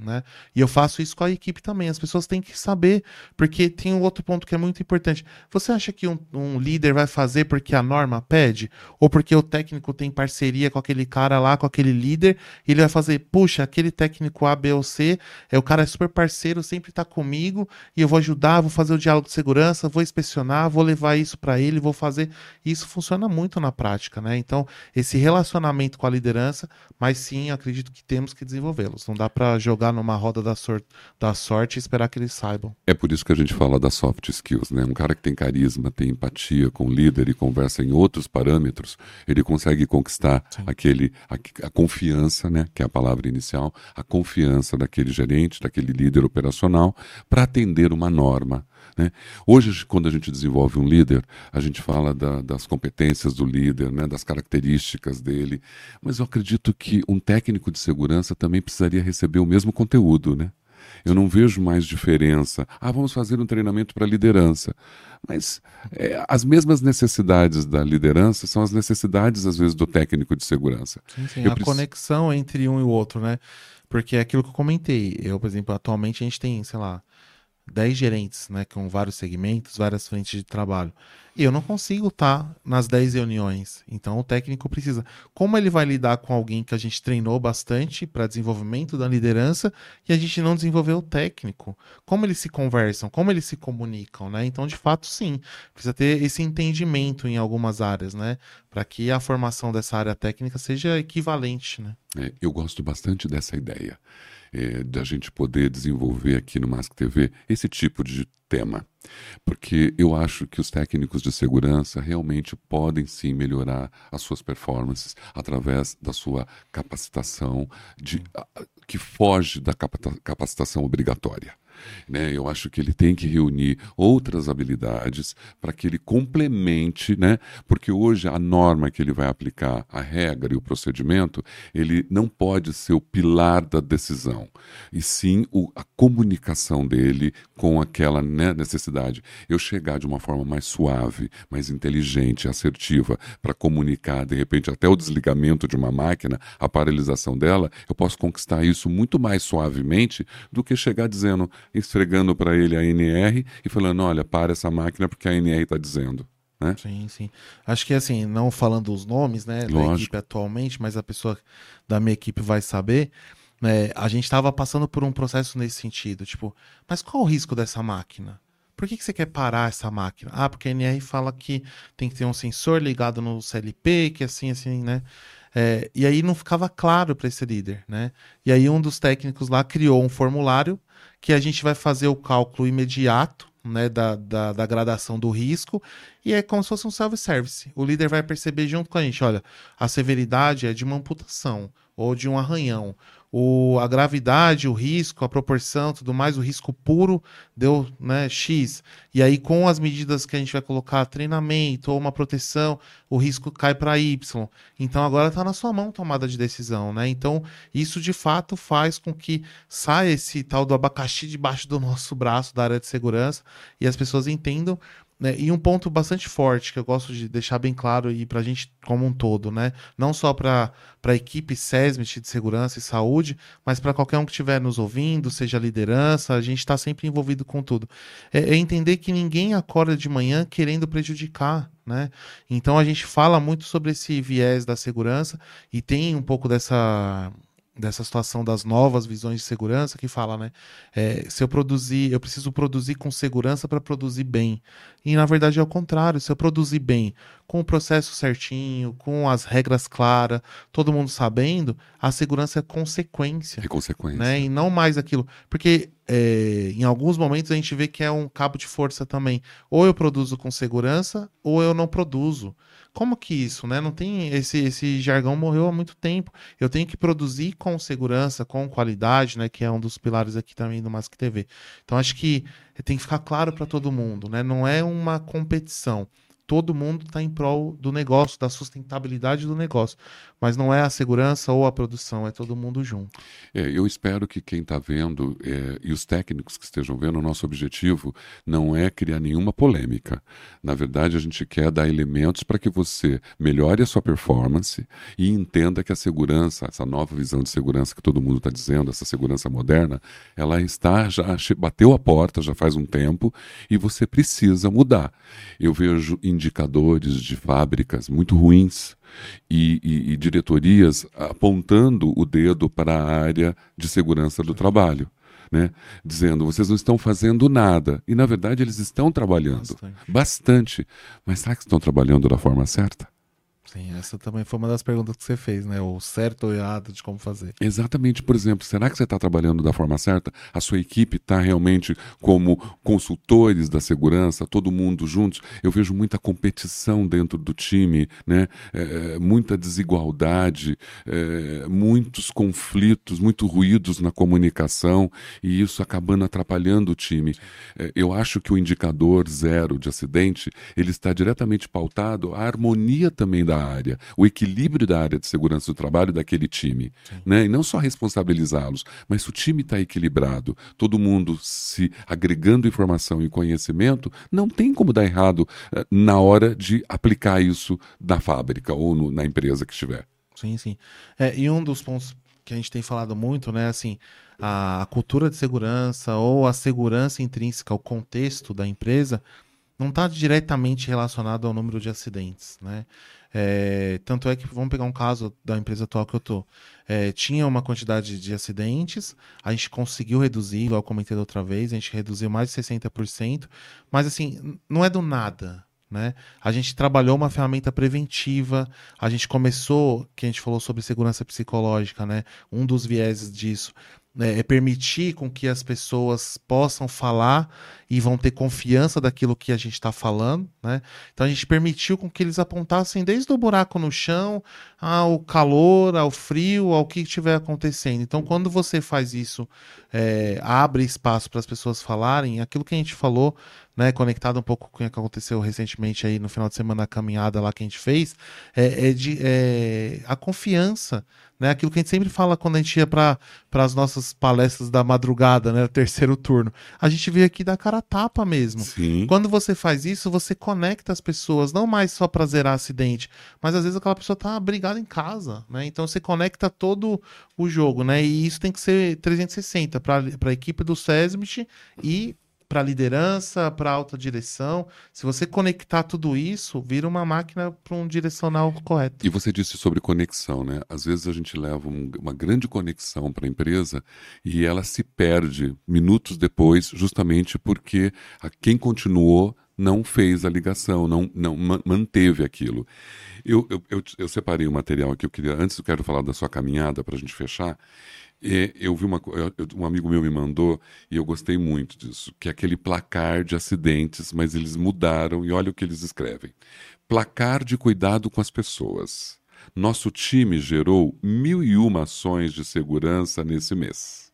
né? E eu faço isso com a equipe também. As pessoas têm que saber, porque tem um outro ponto que é muito importante. Você acha que um, um líder vai fazer porque a norma pede? Ou porque o técnico tem parceria com aquele cara lá, com aquele líder, e ele vai fazer, puxa, aquele técnico A, B ou C, é, o cara é super parceiro, sempre tá comigo, e eu vou ajudar, vou fazer o diálogo de segurança, vou inspecionar, vou levar isso para ele, vou fazer. Isso funciona muito na prática, né? Então, esse relacionamento com a liderança, mas sim, acredito que temos que desenvolvê-los. Não dá para jogar numa roda da, sor da sorte e esperar que eles saibam. É por isso que a gente fala das soft skills, né? Um cara que tem carisma, tem empatia com o líder e conversa em outros parâmetros, ele consegue conquistar aquele, a, a confiança, né? Que é a palavra inicial, a confiança daquele gerente, daquele líder operacional para atender uma norma. Né? Hoje, quando a gente desenvolve um líder, a gente fala da, das competências do líder, né? Das características dele, mas eu acredito que um técnico de segurança também precisaria receber o mesmo conteúdo, né? Eu não vejo mais diferença. Ah, vamos fazer um treinamento para liderança. Mas é, as mesmas necessidades da liderança são as necessidades, às vezes, do técnico de segurança. Sim, sim, eu a preciso... conexão entre um e o outro, né? Porque é aquilo que eu comentei. Eu, por exemplo, atualmente a gente tem, sei lá, dez gerentes, né, com vários segmentos, várias frentes de trabalho. E eu não consigo estar nas dez reuniões. Então o técnico precisa. Como ele vai lidar com alguém que a gente treinou bastante para desenvolvimento da liderança e a gente não desenvolveu o técnico? Como eles se conversam? Como eles se comunicam, né? Então, de fato, sim, precisa ter esse entendimento em algumas áreas, né? Para que a formação dessa área técnica seja equivalente, né? É, eu gosto bastante dessa ideia. É, da gente poder desenvolver aqui no Mask T V esse tipo de tema, porque eu acho que os técnicos de segurança realmente podem sim melhorar as suas performances através da sua capacitação de, que foge da capacitação obrigatória. Né? Eu acho que ele tem que reunir outras habilidades para que ele complemente, né? Porque hoje a norma que ele vai aplicar, a regra e o procedimento, ele não pode ser o pilar da decisão, e sim o, a comunicação dele com aquela, né, necessidade. Eu chegar de uma forma mais suave, mais inteligente, assertiva, para comunicar, de repente, até o desligamento de uma máquina, a paralisação dela, eu posso conquistar isso muito mais suavemente do que chegar dizendo, esfregando para ele a N R e falando, olha, para essa máquina porque a N R está dizendo. Né? Sim, sim. Acho que assim, não falando os nomes, né, da equipe atualmente, mas a pessoa da minha equipe vai saber, né, a gente estava passando por um processo nesse sentido, tipo, mas qual o risco dessa máquina? Por que, que você quer parar essa máquina? Ah, porque a N R fala que tem que ter um sensor ligado no C L P, que assim, assim, né? É, e aí não ficava claro para esse líder, né? E aí um dos técnicos lá criou um formulário que a gente vai fazer o cálculo imediato, né, da, da, da gradação do risco, e é como se fosse um self-service. O líder vai perceber junto com a gente, olha, a severidade é de uma amputação ou de um arranhão. O, a gravidade, o risco, a proporção, tudo mais, o risco puro deu, né, X. E aí, com as medidas que a gente vai colocar, treinamento ou uma proteção, o risco cai para Y. Então, agora está na sua mão tomada de decisão, né? Então, isso de fato faz com que saia esse tal do abacaxi debaixo do nosso braço da área de segurança e as pessoas entendam. Né? E um ponto bastante forte que eu gosto de deixar bem claro e para a gente como um todo, né? Não só para a equipe SESMIT de segurança e saúde, mas para qualquer um que estiver nos ouvindo, seja liderança, a gente está sempre envolvido com tudo. É, é entender que ninguém acorda de manhã querendo prejudicar. Né? Então a gente fala muito sobre esse viés da segurança e tem um pouco dessa... dessa situação das novas visões de segurança que fala, né? É, se eu produzir, eu preciso produzir com segurança para produzir bem. E na verdade é o contrário. Se eu produzir bem, com o processo certinho, com as regras claras, todo mundo sabendo, a segurança é consequência. É consequência. Né? E não mais aquilo. Porque é, em alguns momentos a gente vê que é um cabo de força também. Ou eu produzo com segurança, ou eu não produzo. Como que isso, né? Não tem esse, esse jargão morreu há muito tempo. Eu tenho que produzir com segurança, com qualidade, né? Que é um dos pilares aqui também do Mask T V. Então acho que tem que ficar claro para todo mundo, né? Não é uma competição. todo mundo está em prol do negócio, da sustentabilidade do negócio. Mas não é a segurança ou a produção, é todo mundo junto. É, eu espero que quem está vendo é, e os técnicos que estejam vendo, o nosso objetivo não é criar nenhuma polêmica. Na verdade, a gente quer dar elementos para que você melhore a sua performance e entenda que a segurança, essa nova visão de segurança que todo mundo está dizendo, essa segurança moderna, ela está, já bateu a porta já faz um tempo e você precisa mudar. Eu vejo indicadores de fábricas muito ruins, E, e, e diretorias apontando o dedo para a área de segurança do trabalho, né? Dizendo, vocês não estão fazendo nada. E, na verdade, eles estão trabalhando bastante. bastante. Mas será que estão trabalhando da forma certa? Sim, essa também foi uma das perguntas que você fez, né? O certo ou errado de como fazer. Exatamente. Por exemplo, será que você está trabalhando da forma certa? A sua equipe está realmente como consultores da segurança, todo mundo juntos? Eu vejo muita competição dentro do time, né? É, muita desigualdade, é, muitos conflitos, muitos ruídos na comunicação e isso acabando atrapalhando o time. É, eu acho que o indicador zero de acidente, ele está diretamente pautado à harmonia também da área, o equilíbrio da área de segurança do trabalho daquele time, né? E não só responsabilizá-los, mas se o time está equilibrado, todo mundo se agregando informação e conhecimento, não tem como dar errado uh, na hora de aplicar isso na fábrica ou no, na empresa que estiver. Sim, sim. É, e um dos pontos que a gente tem falado muito, né, assim, a, a cultura de segurança ou a segurança intrínseca, o contexto da empresa, não está diretamente relacionado ao número de acidentes, né? É, tanto é que, vamos pegar um caso da empresa atual que eu tô, é, tinha uma quantidade de acidentes, a gente conseguiu reduzir, igual eu comentei da outra vez, a gente reduziu mais de sessenta por cento, mas assim, não é do nada, né? A gente trabalhou uma ferramenta preventiva, a gente começou, que a gente falou sobre segurança psicológica, né? Um dos vieses disso é, é permitir com que as pessoas possam falar e vão ter confiança daquilo que a gente está falando, né? Então a gente permitiu com que eles apontassem desde o buraco no chão ao calor, ao frio, ao que estiver acontecendo. Então quando você faz isso, é, abre espaço para as pessoas falarem, aquilo que a gente falou, né, conectado um pouco com o que aconteceu recentemente aí no final de semana, a caminhada lá que a gente fez, é, é de é, a confiança, né? Aquilo que a gente sempre fala quando a gente ia para as nossas palestras da madrugada, né, o terceiro turno. A gente veio aqui dar cara a tapa mesmo. Sim. Quando você faz isso, você conecta as pessoas, não mais só para zerar acidente, mas às vezes aquela pessoa tá brigada em casa, né? Então você conecta todo o jogo, né? E isso tem que ser trezentos e sessenta para a equipe do SESMIT e para a liderança, para a alta direção. Se você conectar tudo isso, vira uma máquina para um direcional correto. E você disse sobre conexão, né? Às vezes a gente leva um, uma grande conexão para a empresa e ela se perde minutos depois, justamente porque a, quem continuou não fez a ligação, não, não manteve aquilo. Eu, eu, eu, eu separei o material que eu queria. Antes eu quero falar da sua caminhada para a gente fechar. E eu vi uma eu, um amigo meu me mandou e eu gostei muito disso, que é aquele placar de acidentes, mas eles mudaram e olha o que eles escrevem. Placar de cuidado com as pessoas. Nosso time gerou mil e uma ações de segurança nesse mês.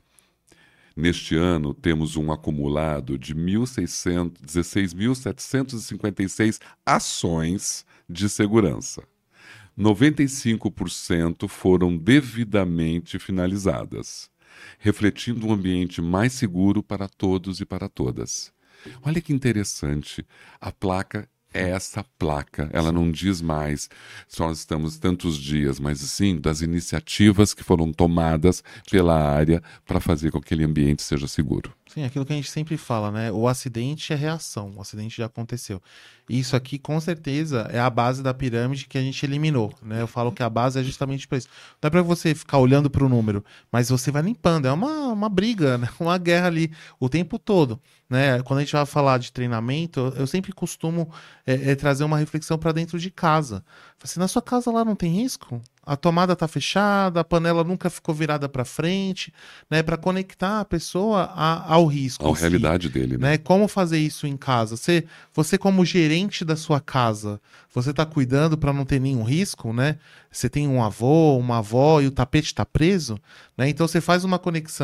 Neste ano, temos um acumulado de dezesseis mil setecentos e cinquenta e seis ações de segurança. noventa e cinco por cento foram devidamente finalizadas, refletindo um ambiente mais seguro para todos e para todas. Olha que interessante, a placa é essa placa, ela não diz mais só estamos tantos dias, mas sim das iniciativas que foram tomadas pela área para fazer com que aquele ambiente seja seguro. Sim, aquilo que a gente sempre fala, né? O acidente é reação, o acidente já aconteceu. Isso aqui, com certeza, é a base da pirâmide que a gente eliminou, né? Eu falo que a base é justamente para isso. Não é para você ficar olhando para o número, mas você vai limpando. É uma, uma briga, né? Uma guerra ali o tempo todo, né? Quando a gente vai falar de treinamento, eu sempre costumo é, é trazer uma reflexão para dentro de casa. Assim, na sua casa lá não tem risco? A tomada está fechada, a panela nunca ficou virada para frente, né? Para conectar a pessoa a, ao risco. A realidade si, dele, né? né? Como fazer isso em casa? Você, você como gerente da sua casa, você está cuidando para não ter nenhum risco, né? Você tem um avô, uma avó e o tapete está preso, né? Então você faz uma conexão.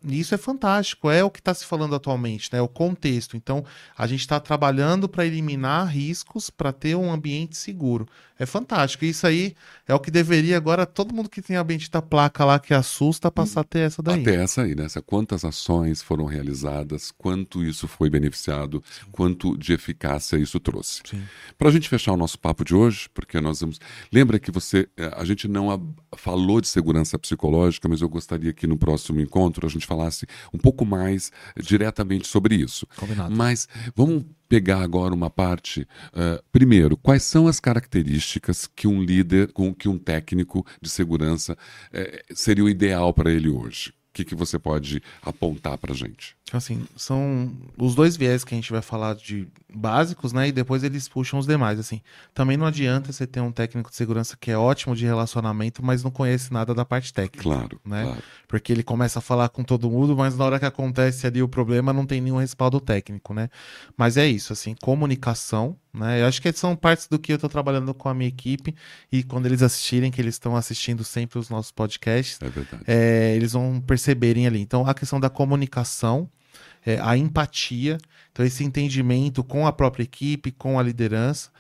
E isso é fantástico, é o que está se falando atualmente, né? O contexto. Então, a gente está trabalhando para eliminar riscos, para ter um ambiente seguro. É fantástico. Isso aí é o que deveria agora, todo mundo que tem a bendita placa lá que assusta, passar a ter essa daí. Até essa aí, né? Quantas ações foram realizadas, quanto isso foi beneficiado, Sim. quanto de eficácia isso trouxe. Para a gente fechar o nosso papo de hoje, porque nós vamos... Lembra que você, a gente não a... falou de segurança psicológica, mas eu gostaria que no próximo encontro a gente falasse um pouco mais diretamente sobre isso. Combinado. Mas vamos pegar agora uma parte. Uh, primeiro, quais são as características que um líder, com que um técnico de segurança eh, seria o ideal para ele hoje? O que, que você pode apontar para a gente? Assim, são os dois viés que a gente vai falar de básicos, né? E depois eles puxam os demais, assim. Também não adianta você ter um técnico de segurança que é ótimo de relacionamento, mas não conhece nada da parte técnica. Claro, né? claro. Porque ele começa a falar com todo mundo, mas na hora que acontece ali o problema não tem nenhum respaldo técnico, né? Mas é isso, assim, comunicação, né? Eu acho que são partes do que eu tô trabalhando com a minha equipe e quando eles assistirem, que eles estão assistindo sempre os nossos podcasts, é verdade. É, eles vão perceberem ali. Então, a questão da comunicação, É, a empatia, então esse entendimento com a própria equipe, com a liderança,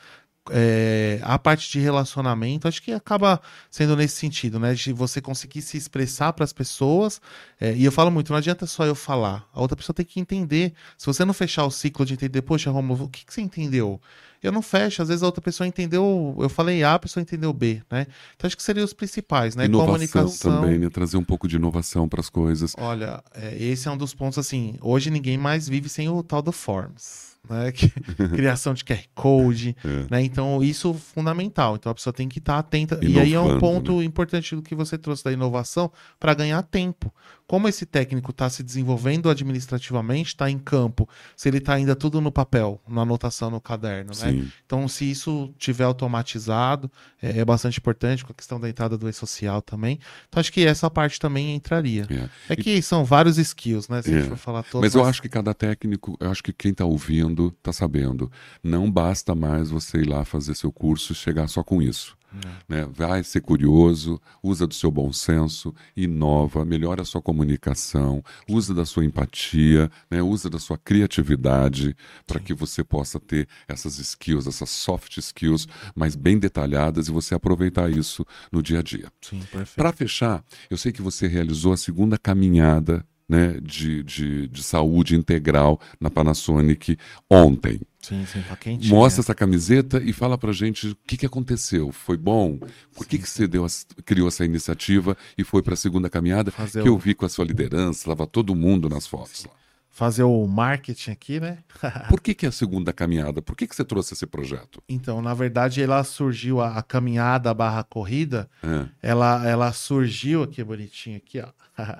é, a parte de relacionamento, acho que acaba sendo nesse sentido, né, de você conseguir se expressar para as pessoas, é, e eu falo muito, não adianta só eu falar, a outra pessoa tem que entender, se você não fechar o ciclo de entender, poxa, Romulo, o que, que você entendeu? Eu não fecho, às vezes a outra pessoa entendeu, eu falei A, a pessoa entendeu B, né? Então acho que seriam os principais, né? Inovação Comunicação também, né? Trazer um pouco de inovação para as coisas. Olha, é, esse é um dos pontos, assim, hoje ninguém mais vive sem o tal do Forms, né? Que, criação de Q R Code, é. né? Então isso é fundamental, então a pessoa tem que estar atenta, Inovando, e aí é um ponto né? importante do que você trouxe da inovação para ganhar tempo. Como esse técnico está se desenvolvendo administrativamente, está em campo, se ele está ainda tudo no papel, na anotação no caderno, né? Sim. Então, se isso tiver automatizado, é, é bastante importante, com a questão da entrada do e-social também. Então, acho que essa parte também entraria. É, é que e... são vários skills, né? Se é. a gente for falar todos. Mas eu acho que cada técnico, eu acho que quem está ouvindo está sabendo. Não basta mais você ir lá fazer seu curso e chegar só com isso. Né? Vai ser curioso, usa do seu bom senso, inova, melhora a sua comunicação, usa da sua empatia, né? Usa da sua criatividade para que você possa ter essas skills, essas soft skills mais bem detalhadas e você aproveitar isso no dia a dia. Sim, perfeito. Para fechar, eu sei que você realizou a segunda caminhada, né, de, de, de saúde integral na Panasonic ontem. Sim, sim, tá quentinho. Mostra essa camiseta e fala pra gente o que, que aconteceu. Foi bom? Por que, que você deu, criou essa iniciativa e foi para a segunda caminhada? Fazer que o... eu vi com a sua liderança, estava todo mundo nas fotos lá. Fazer o marketing aqui, né? Por que, que é a segunda caminhada? Por que, que você trouxe esse projeto? Então, na verdade, ela surgiu, a, a caminhada barra corrida, É. ela, ela surgiu, aqui bonitinho aqui, ó.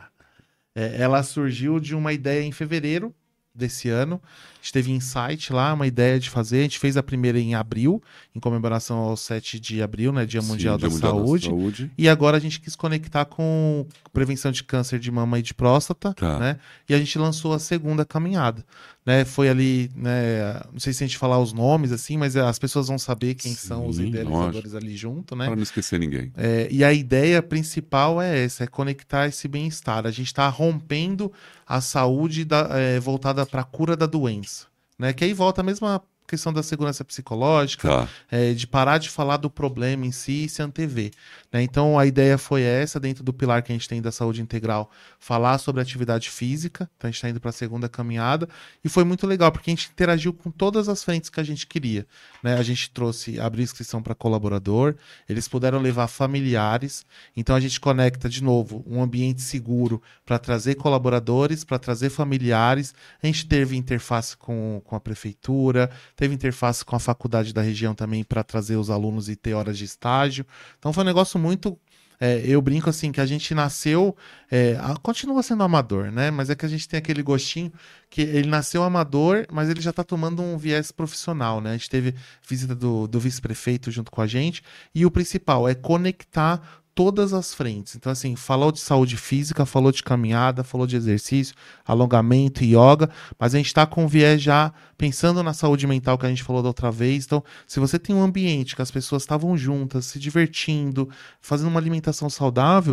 É, ela surgiu de uma ideia em fevereiro desse ano. A gente teve insight lá, uma ideia de fazer. A gente fez a primeira em abril, em comemoração ao sete de abril, né? Dia Sim, Mundial, Dia da, Mundial Saúde. da Saúde. E agora a gente quis conectar com prevenção de câncer de mama e de próstata, Tá. né? E a gente lançou a segunda caminhada. Né, foi ali, né, não sei se a gente falar os nomes assim, mas as pessoas vão saber quem Sim, são os idealizadores lógico. ali junto, né? Para não esquecer ninguém. É, e a ideia principal é essa, é conectar esse bem-estar. A gente está rompendo a saúde da, é, voltada para a cura da doença, né? Que aí volta a mesma questão da segurança psicológica, Tá. é, de parar de falar do problema em si e se antever. Né? Então a ideia foi essa, dentro do pilar que a gente tem da saúde integral, falar sobre atividade física. Então a gente está indo para a segunda caminhada e foi muito legal, porque a gente interagiu com todas as frentes que a gente queria. Né? A gente trouxe, abriu inscrição para colaborador, eles puderam levar familiares, então a gente conecta de novo um ambiente seguro para trazer colaboradores, para trazer familiares. A gente teve interface com, com a prefeitura, teve interface com a faculdade da região também para trazer os alunos e ter horas de estágio. Então foi um negócio muito... É, eu brinco assim, que a gente nasceu... É, a, continua sendo amador, né? Mas é que a gente tem aquele gostinho que ele nasceu amador, mas ele já está tomando um viés profissional, né? A gente teve visita do, do vice-prefeito junto com a gente. E o principal é conectar todas as frentes. Então, assim, falou de saúde física, falou de caminhada, falou de exercício, alongamento, yoga, mas a gente está com viés já pensando na saúde mental que a gente falou da outra vez. Então, se você tem um ambiente que as pessoas estavam juntas, se divertindo, fazendo uma alimentação saudável,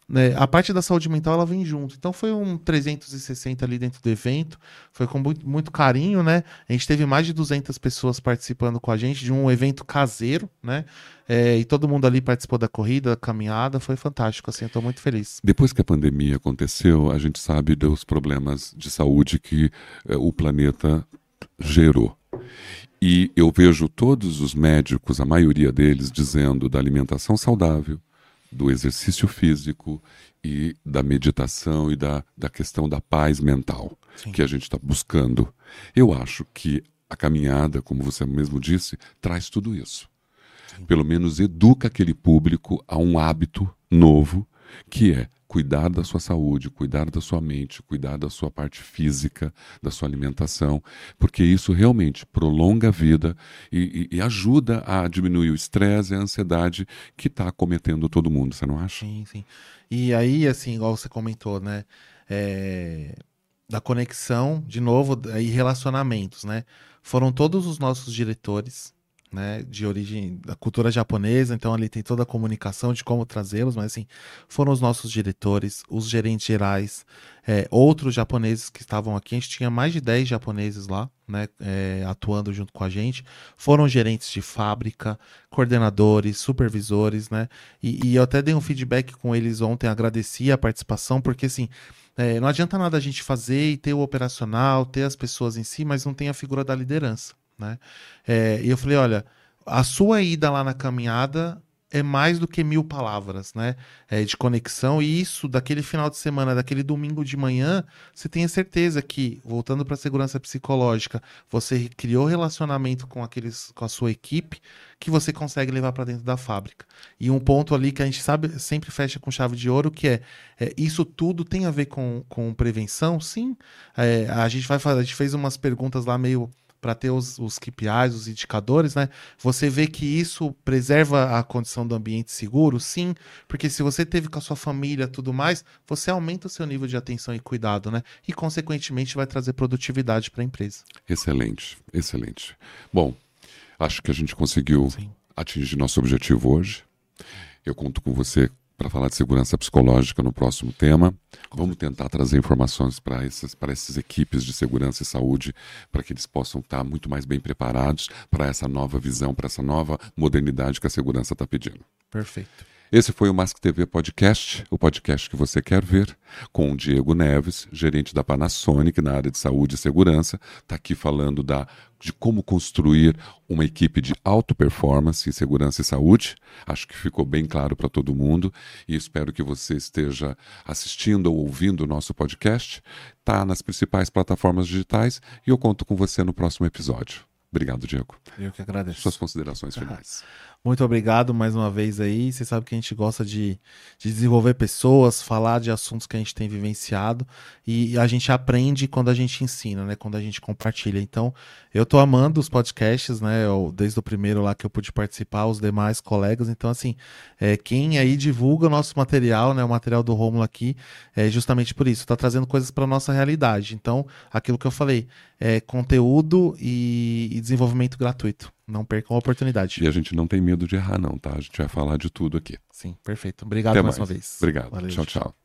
né, a parte da saúde mental ela vem junto. Então foi um trezentos e sessenta ali dentro do evento, foi com muito, muito carinho, né? A gente teve mais de duzentas pessoas participando com a gente de um evento caseiro, né? É, e todo mundo ali participou da corrida, da caminhada, foi fantástico, assim, eu tô muito feliz. Depois que a pandemia aconteceu, a gente sabe dos problemas de saúde que eh, o planeta gerou. E eu vejo todos os médicos, a maioria deles, dizendo da alimentação saudável, do exercício físico e da meditação e da, da questão da paz mental. Sim. Que a gente está buscando. Eu acho que a caminhada, como você mesmo disse, traz tudo isso. Sim. Pelo menos educa aquele público a um hábito novo, que é cuidar da sua saúde, cuidar da sua mente, cuidar da sua parte física, da sua alimentação, porque isso realmente prolonga a vida e, e, e ajuda a diminuir o estresse e a ansiedade que está acometendo todo mundo, você não acha? Sim, sim. E aí, assim, igual você comentou, né, é... da conexão, de novo, e relacionamentos, né, foram todos os nossos diretores, né, de origem da cultura japonesa, então ali tem toda a comunicação de como trazê-los, mas assim, foram os nossos diretores, os gerentes gerais, é, outros japoneses que estavam aqui, a gente tinha mais de dez japoneses lá, né, é, atuando junto com a gente, foram gerentes de fábrica, coordenadores, supervisores, né, e, e eu até dei um feedback com eles ontem, agradeci a participação, porque assim, é, não adianta nada a gente fazer e ter o operacional, ter as pessoas em si, mas não tem a figura da liderança. Né? É, e eu falei, olha, a sua ida lá na caminhada é mais do que mil palavras, né? É, de conexão, e isso daquele final de semana, daquele domingo de manhã, você tenha certeza que, voltando para a segurança psicológica, você criou relacionamento com aqueles, com a sua equipe, que você consegue levar para dentro da fábrica. E um ponto ali que a gente sabe, sempre fecha com chave de ouro, que é, é isso tudo tem a ver com, com prevenção? Sim. É, a gente vai fazer, a gente fez umas perguntas lá meio para ter os, os K P Is, os indicadores, né? Você vê que isso preserva a condição do ambiente seguro? Sim, porque se você teve com a sua família e tudo mais, você aumenta o seu nível de atenção e cuidado, né? E, consequentemente, vai trazer produtividade para a empresa. Excelente, excelente. Bom, acho que a gente conseguiu Sim. atingir nosso objetivo hoje. Eu conto com você para falar de segurança psicológica no próximo tema. Vamos tentar trazer informações para essas, para essas equipes de segurança e saúde, para que eles possam estar muito mais bem preparados para essa nova visão, para essa nova modernidade que a segurança está pedindo. Perfeito. Esse foi o Mask T V Podcast, o podcast que você quer ver, com o Diego Neves, gerente da Panasonic na área de saúde e segurança. Está aqui falando da, de como construir uma equipe de alta performance em segurança e saúde. Acho que ficou bem claro para todo mundo e espero que você esteja assistindo ou ouvindo o nosso podcast. Está nas principais plataformas digitais e eu conto com você no próximo episódio. Obrigado, Diego. Eu que agradeço. Suas considerações finais. Muito obrigado mais uma vez aí. Você sabe que a gente gosta de, de desenvolver pessoas, falar de assuntos que a gente tem vivenciado e a gente aprende quando a gente ensina, né? Quando a gente compartilha. Então, eu tô amando os podcasts, né? Eu, desde o primeiro lá que eu pude participar, os demais colegas. Então, assim, é, quem aí divulga o nosso material, né? O material do Rômulo aqui, é justamente por isso. Tá trazendo coisas para nossa realidade. Então, aquilo que eu falei, é conteúdo e, e desenvolvimento gratuito. Não percam a oportunidade. E a gente não tem medo de errar não, tá? A gente vai falar de tudo aqui. Sim, perfeito. Obrigado Até mais mais uma vez. Obrigado. Valeu, Tchau, tchau.